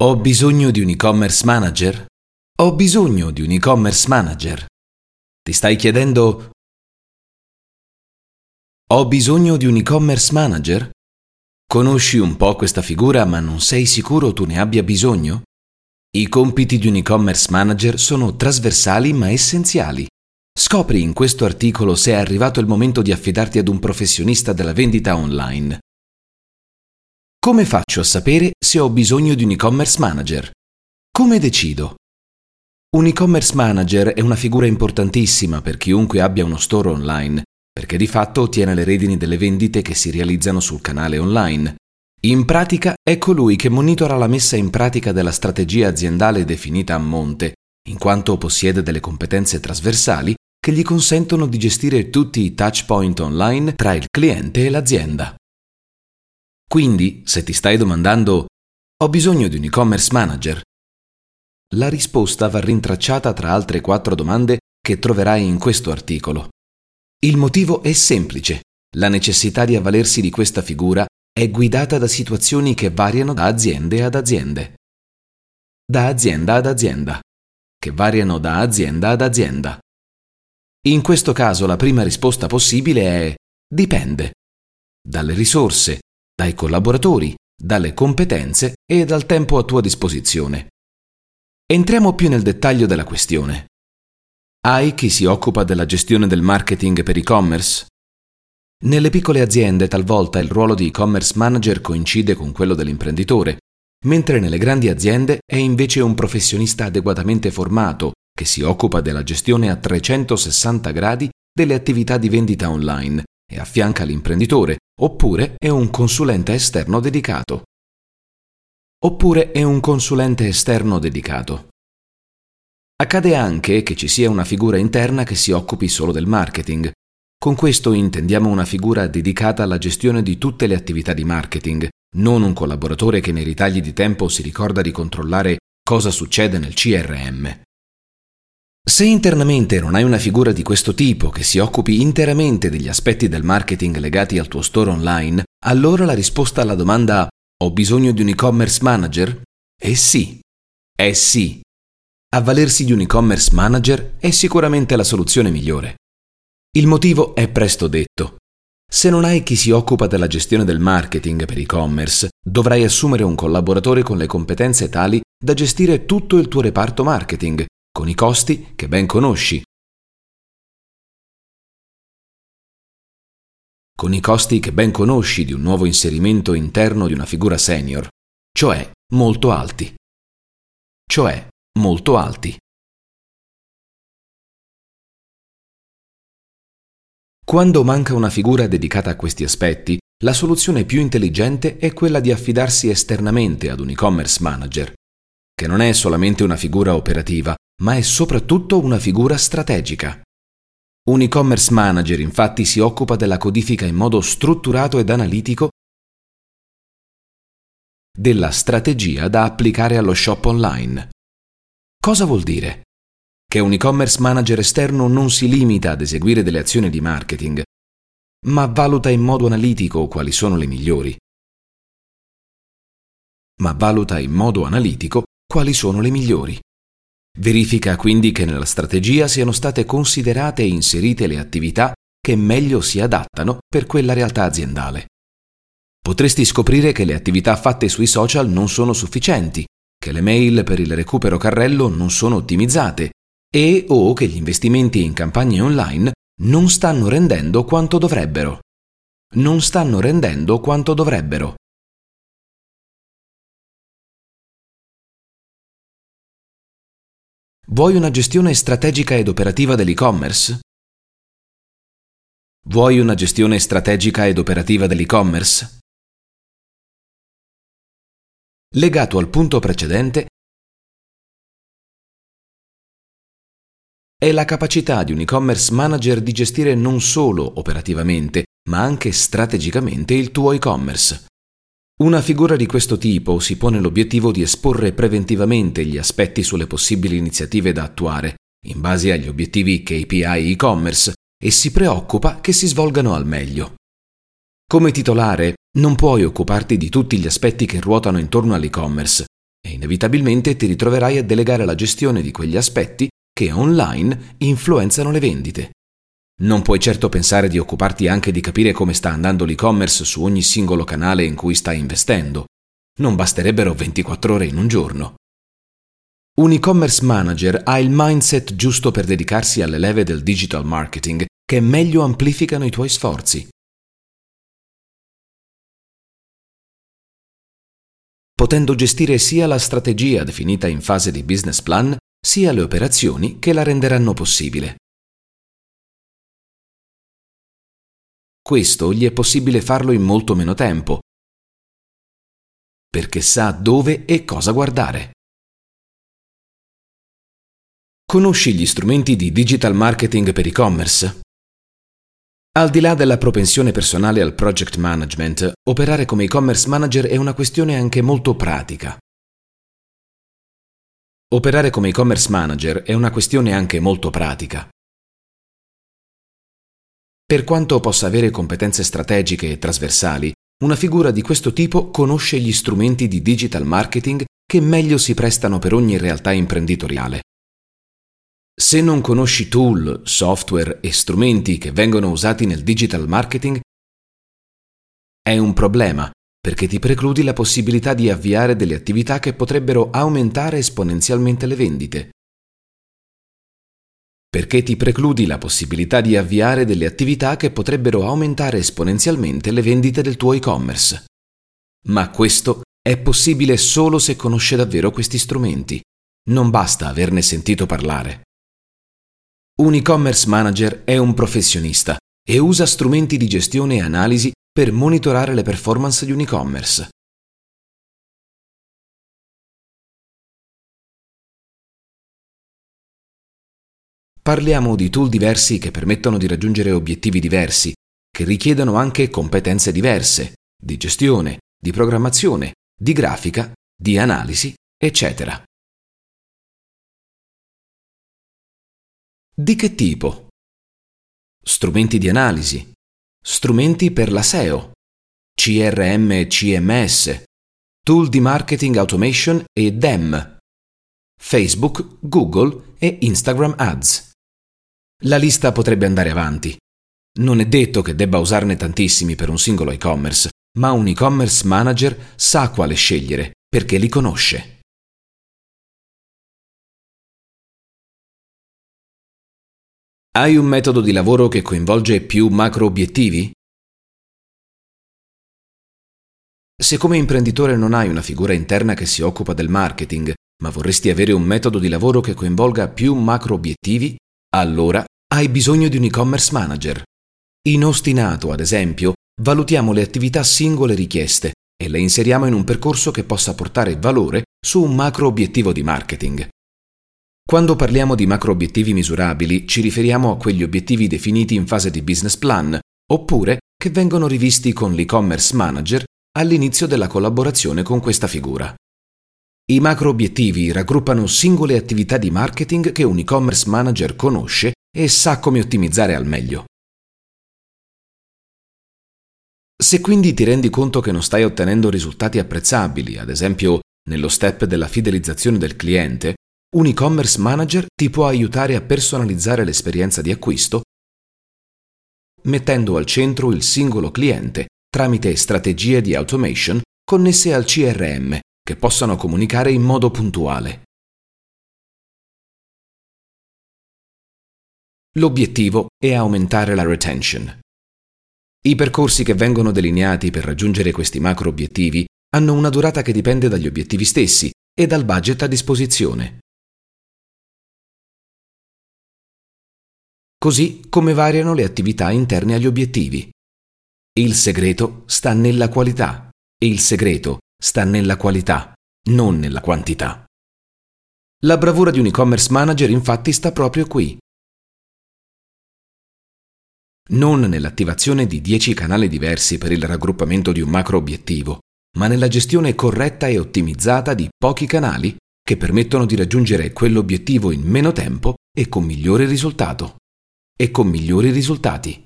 Ho bisogno di un e-commerce manager? Ho bisogno di un e-commerce manager. Ti stai chiedendo: ho bisogno di un e-commerce manager? Conosci un po' questa figura, ma non sei sicuro tu ne abbia bisogno? I compiti di un e-commerce manager sono trasversali ma essenziali. Scopri in questo articolo se è arrivato il momento di affidarti ad un professionista della vendita online. Come faccio a sapere se ho bisogno di un e-commerce manager? Come decido? Un e-commerce manager è una figura importantissima per chiunque abbia uno store online, perché di fatto ottiene le redini delle vendite che si realizzano sul canale online. In pratica è colui che monitora la messa in pratica della strategia aziendale definita a monte, in quanto possiede delle competenze trasversali che gli consentono di gestire tutti i touch point online tra il cliente e l'azienda. Quindi, se ti stai domandando: ho bisogno di un e-commerce manager? La risposta va rintracciata tra altre 4 domande che troverai in questo articolo. Il motivo è semplice: la necessità di avvalersi di questa figura è guidata da situazioni che variano da aziende ad aziende, da azienda ad azienda, che variano da azienda ad azienda. In questo caso la prima risposta possibile è: dipende. Dalle risorse, dai collaboratori, dalle competenze e dal tempo a tua disposizione. Entriamo più nel dettaglio della questione. Hai chi si occupa della gestione del marketing per e-commerce? Nelle piccole aziende talvolta il ruolo di e-commerce manager coincide con quello dell'imprenditore, mentre nelle grandi aziende è invece un professionista adeguatamente formato che si occupa della gestione a 360 gradi delle attività di vendita online e affianca l'imprenditore, oppure è un consulente esterno dedicato. Accade anche che ci sia una figura interna che si occupi solo del marketing. Con questo intendiamo una figura dedicata alla gestione di tutte le attività di marketing, non un collaboratore che nei ritagli di tempo si ricorda di controllare cosa succede nel CRM. Se internamente non hai una figura di questo tipo che si occupi interamente degli aspetti del marketing legati al tuo store online, allora la risposta alla domanda «ho bisogno di un e-commerce manager?» è sì. È sì. Avvalersi di un e-commerce manager è sicuramente la soluzione migliore. Il motivo è presto detto. Se non hai chi si occupa della gestione del marketing per e-commerce, dovrai assumere un collaboratore con le competenze tali da gestire tutto il tuo reparto marketing, con i costi che ben conosci. Con i costi che ben conosci di un nuovo inserimento interno di una figura senior, cioè molto alti. Quando manca una figura dedicata a questi aspetti, la soluzione più intelligente è quella di affidarsi esternamente ad un e-commerce manager, che non è solamente una figura operativa, ma è soprattutto una figura strategica. Un e-commerce manager infatti si occupa della codifica in modo strutturato ed analitico della strategia da applicare allo shop online. Cosa vuol dire? Che un e-commerce manager esterno non si limita ad eseguire delle azioni di marketing, ma valuta in modo analitico quali sono le migliori. Verifica quindi che nella strategia siano state considerate e inserite le attività che meglio si adattano per quella realtà aziendale. Potresti scoprire che le attività fatte sui social non sono sufficienti, che le mail per il recupero carrello non sono ottimizzate o che gli investimenti in campagne online non stanno rendendo quanto dovrebbero. Vuoi una gestione strategica ed operativa dell'e-commerce? Legato al punto precedente è la capacità di un e-commerce manager di gestire non solo operativamente, ma anche strategicamente il tuo e-commerce. Una figura di questo tipo si pone l'obiettivo di esporre preventivamente gli aspetti sulle possibili iniziative da attuare, in base agli obiettivi KPI e-commerce, e si preoccupa che si svolgano al meglio. Come titolare, non puoi occuparti di tutti gli aspetti che ruotano intorno all'e-commerce e inevitabilmente ti ritroverai a delegare la gestione di quegli aspetti che online influenzano le vendite. Non puoi certo pensare di occuparti anche di capire come sta andando l'e-commerce su ogni singolo canale in cui stai investendo. Non basterebbero 24 ore in un giorno. Un e-commerce manager ha il mindset giusto per dedicarsi alle leve del digital marketing che meglio amplificano i tuoi sforzi. Potendo gestire sia la strategia definita in fase di business plan, sia le operazioni che la renderanno possibile. Questo gli è possibile farlo in molto meno tempo, perché sa dove e cosa guardare. Conosci gli strumenti di digital marketing per e-commerce? Al di là della propensione personale al project management, operare come e-commerce manager è una questione anche molto pratica. Operare come e-commerce manager è una questione anche molto pratica. Per quanto possa avere competenze strategiche e trasversali, una figura di questo tipo conosce gli strumenti di digital marketing che meglio si prestano per ogni realtà imprenditoriale. Se non conosci tool, software e strumenti che vengono usati nel digital marketing, è un problema perché ti precludi la possibilità di avviare delle attività che potrebbero aumentare esponenzialmente le vendite. Perché ti precludi la possibilità di avviare delle attività che potrebbero aumentare esponenzialmente le vendite del tuo e-commerce. Ma questo è possibile solo se conosce davvero questi strumenti. Non basta averne sentito parlare. Un e-commerce manager è un professionista e usa strumenti di gestione e analisi per monitorare le performance di un e-commerce. Parliamo di tool diversi che permettono di raggiungere obiettivi diversi, che richiedono anche competenze diverse, di gestione, di programmazione, di grafica, di analisi, eccetera. Di che tipo? Strumenti di analisi, strumenti per la SEO, CRM e CMS, tool di marketing automation e DEM, Facebook, Google e Instagram Ads. La lista potrebbe andare avanti. Non è detto che debba usarne tantissimi per un singolo e-commerce, ma un e-commerce manager sa quale scegliere perché li conosce. Hai un metodo di lavoro che coinvolge più macro obiettivi? Se come imprenditore non hai una figura interna che si occupa del marketing, ma vorresti avere un metodo di lavoro che coinvolga più macro obiettivi, allora hai bisogno di un e-commerce manager. In Ostinato, ad esempio, valutiamo le attività singole richieste e le inseriamo in un percorso che possa portare valore su un macro obiettivo di marketing. Quando parliamo di macro obiettivi misurabili, ci riferiamo a quegli obiettivi definiti in fase di business plan, oppure che vengono rivisti con l'e-commerce manager all'inizio della collaborazione con questa figura. I macro obiettivi raggruppano singole attività di marketing che un e-commerce manager conosce e sa come ottimizzare al meglio. Se quindi ti rendi conto che non stai ottenendo risultati apprezzabili, ad esempio nello step della fidelizzazione del cliente, un e-commerce manager ti può aiutare a personalizzare l'esperienza di acquisto mettendo al centro il singolo cliente tramite strategie di automation connesse al CRM che possano comunicare in modo puntuale. L'obiettivo è aumentare la retention. I percorsi che vengono delineati per raggiungere questi macro obiettivi hanno una durata che dipende dagli obiettivi stessi e dal budget a disposizione. Così come variano le attività interne agli obiettivi. Il segreto sta nella qualità e il segreto sta nella qualità, non nella quantità. La bravura di un e-commerce manager infatti sta proprio qui. Non nell'attivazione di 10 canali diversi per il raggruppamento di un macro obiettivo, ma nella gestione corretta e ottimizzata di pochi canali che permettono di raggiungere quell'obiettivo in meno tempo e con migliore risultato. E con migliori risultati.